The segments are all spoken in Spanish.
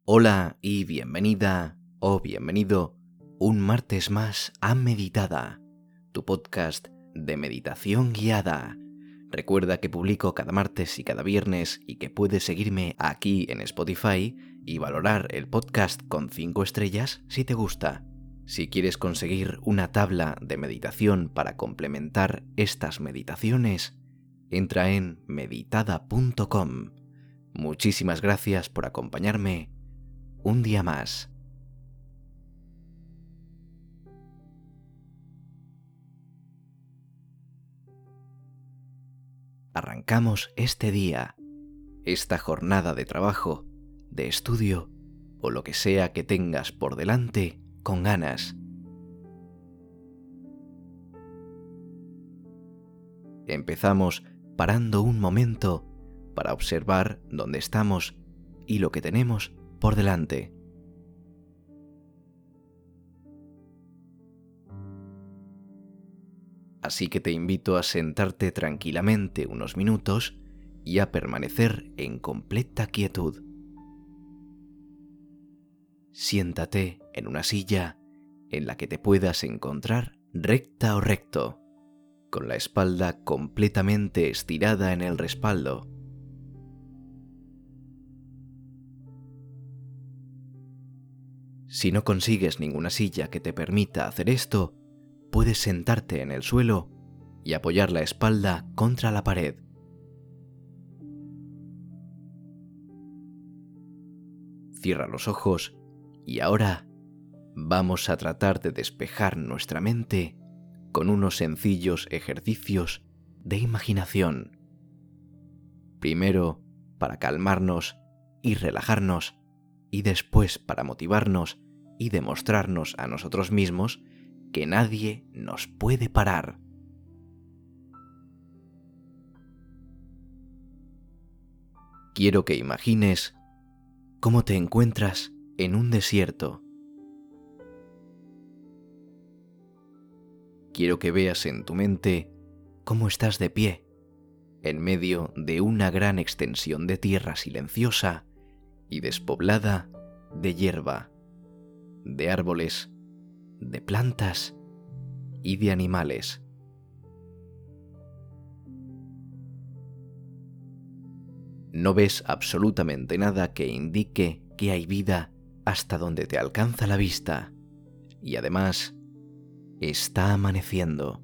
Hola y bienvenida o bienvenido un martes más a Meditada, tu podcast de meditación guiada. Recuerda que publico cada martes y cada viernes y que puedes seguirme aquí en Spotify y valorar el podcast con 5 estrellas si te gusta. Si quieres conseguir una tabla de meditación para complementar estas meditaciones, entra en meditada.com. Muchísimas gracias por acompañarme un día más. Arrancamos este día, esta jornada de trabajo, de estudio o lo que sea que tengas por delante con ganas. Empezamos parando un momento para observar dónde estamos y lo que tenemos por delante. Así que te invito a sentarte tranquilamente unos minutos y a permanecer en completa quietud. Siéntate en una silla en la que te puedas encontrar recta o recto, con la espalda completamente estirada en el respaldo. Si no consigues ninguna silla que te permita hacer esto, puedes sentarte en el suelo y apoyar la espalda contra la pared. Cierra los ojos y ahora vamos a tratar de despejar nuestra mente con unos sencillos ejercicios de imaginación. Primero para calmarnos y relajarnos, y después para motivarnos y demostrarnos a nosotros mismos que nadie nos puede parar. Quiero que imagines cómo te encuentras en un desierto. Quiero que veas en tu mente cómo estás de pie, en medio de una gran extensión de tierra silenciosa y despoblada de hierba, de árboles, de plantas y de animales. No ves absolutamente nada que indique que hay vida hasta donde te alcanza la vista, y además está amaneciendo.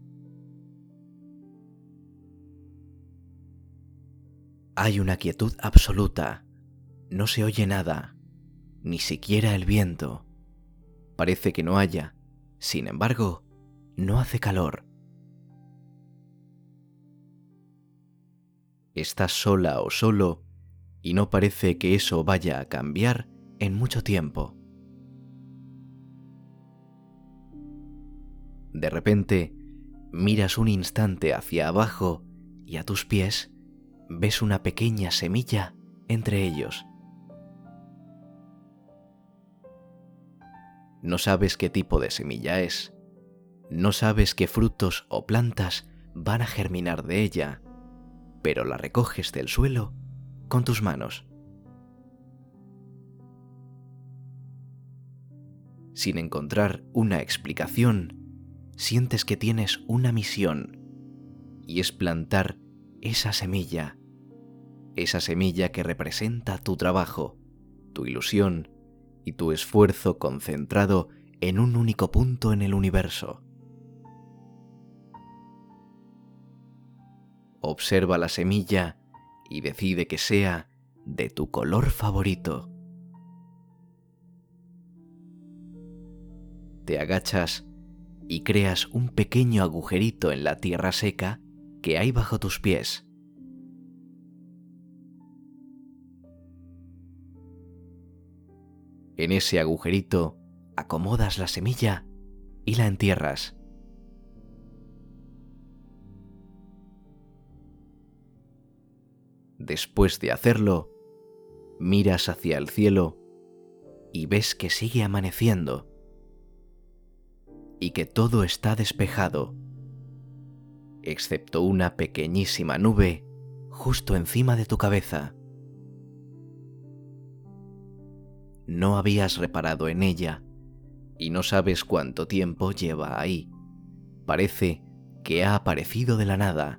Hay una quietud absoluta, no se oye nada, ni siquiera el viento. Parece que no haya, sin embargo, no hace calor. Estás sola o solo y no parece que eso vaya a cambiar en mucho tiempo. De repente, miras un instante hacia abajo y a tus pies ves una pequeña semilla entre ellos. No sabes qué tipo de semilla es, no sabes qué frutos o plantas van a germinar de ella, pero la recoges del suelo con tus manos. Sin encontrar una explicación, sientes que tienes una misión, y es plantar esa semilla que representa tu trabajo, tu ilusión y tu esfuerzo concentrado en un único punto en el universo. Observa la semilla y decide que sea de tu color favorito. Te agachas y creas un pequeño agujerito en la tierra seca que hay bajo tus pies. En ese agujerito acomodas la semilla y la entierras. Después de hacerlo, miras hacia el cielo y ves que sigue amaneciendo y que todo está despejado, excepto una pequeñísima nube justo encima de tu cabeza. no habías reparado en ella y no sabes cuánto tiempo lleva ahí. Parece que ha aparecido de la nada.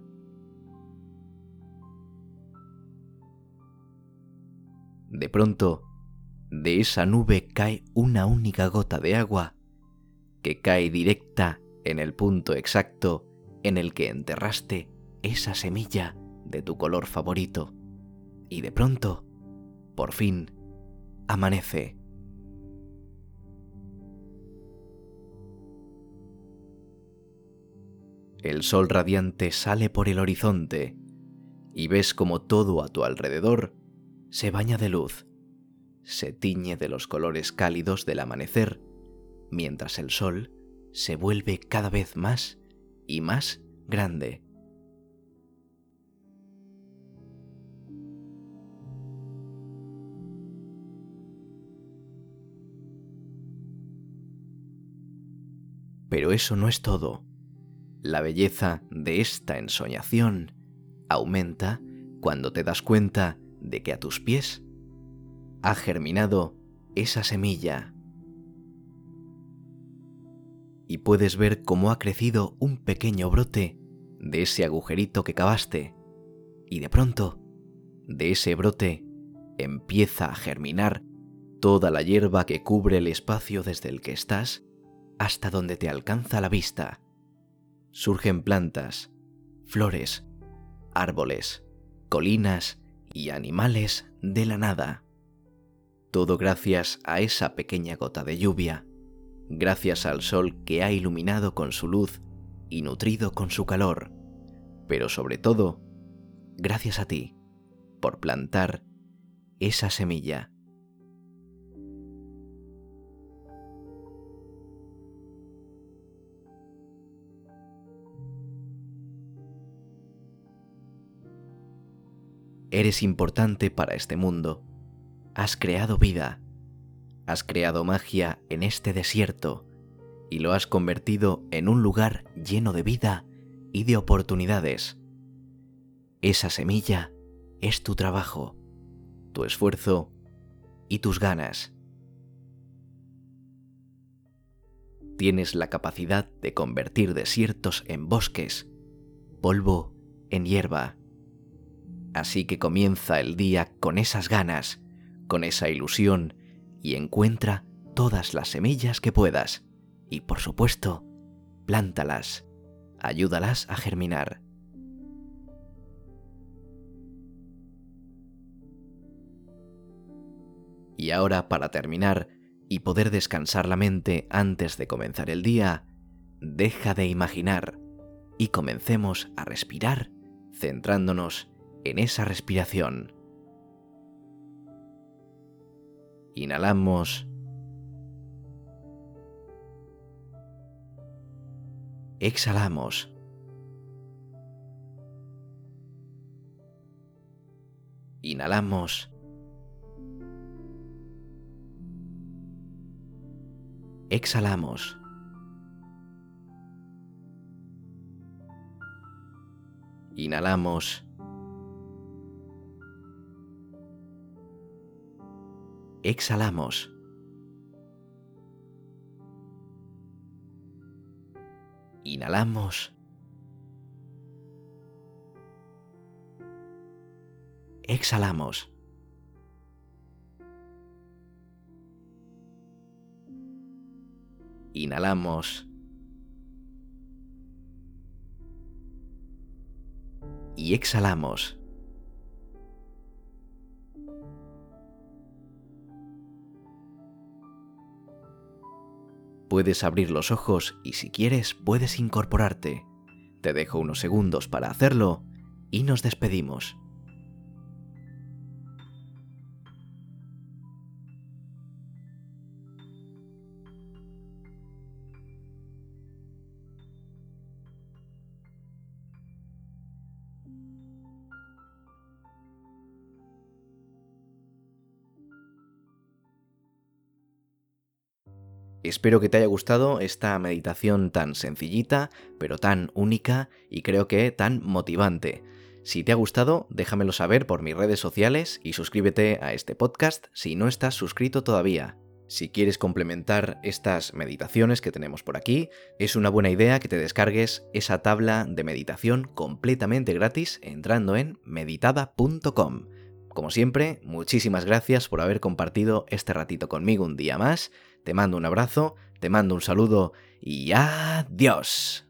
De pronto, de esa nube cae una única gota de agua que cae directa en el punto exacto en el que enterraste esa semilla de tu color favorito. Y de pronto, por fin, amanece. El sol radiante sale por el horizonte y ves como todo a tu alrededor se baña de luz, se tiñe de los colores cálidos del amanecer, mientras el sol se vuelve cada vez más y más grande. Pero eso no es todo. La belleza de esta ensoñación aumenta cuando te das cuenta de que a tus pies ha germinado esa semilla. Y puedes ver cómo ha crecido un pequeño brote de ese agujerito que cavaste. Y de pronto, de ese brote empieza a germinar toda la hierba que cubre el espacio desde el que estás hasta donde te alcanza la vista. Surgen plantas, flores, árboles, colinas y animales de la nada. Todo gracias a esa pequeña gota de lluvia, gracias al sol que ha iluminado con su luz y nutrido con su calor, pero sobre todo, gracias a ti, por plantar esa semilla. Eres importante para este mundo. Has creado vida. Has creado magia en este desierto y lo has convertido en un lugar lleno de vida y de oportunidades. Esa semilla es tu trabajo, tu esfuerzo y tus ganas. Tienes la capacidad de convertir desiertos en bosques, polvo en hierba. Así que comienza el día con esas ganas, con esa ilusión y encuentra todas las semillas que puedas. Y por supuesto, plántalas, ayúdalas a germinar. Y ahora, para terminar y poder descansar la mente antes de comenzar el día, deja de imaginar y comencemos a respirar centrándonos en esa respiración. Inhalamos. Exhalamos. Inhalamos. Exhalamos. Inhalamos. Exhalamos. Inhalamos. Exhalamos. Inhalamos. Y exhalamos. Puedes abrir los ojos y si quieres puedes incorporarte. Te dejo unos segundos para hacerlo y nos despedimos. Espero que te haya gustado esta meditación tan sencillita, pero tan única y creo que tan motivante. Si te ha gustado, déjamelo saber por mis redes sociales y suscríbete a este podcast si no estás suscrito todavía. Si quieres complementar estas meditaciones que tenemos por aquí, es una buena idea que te descargues esa tabla de meditación completamente gratis entrando en meditada.com. Como siempre, muchísimas gracias por haber compartido este ratito conmigo un día más. Te mando un abrazo, te mando un saludo y adiós.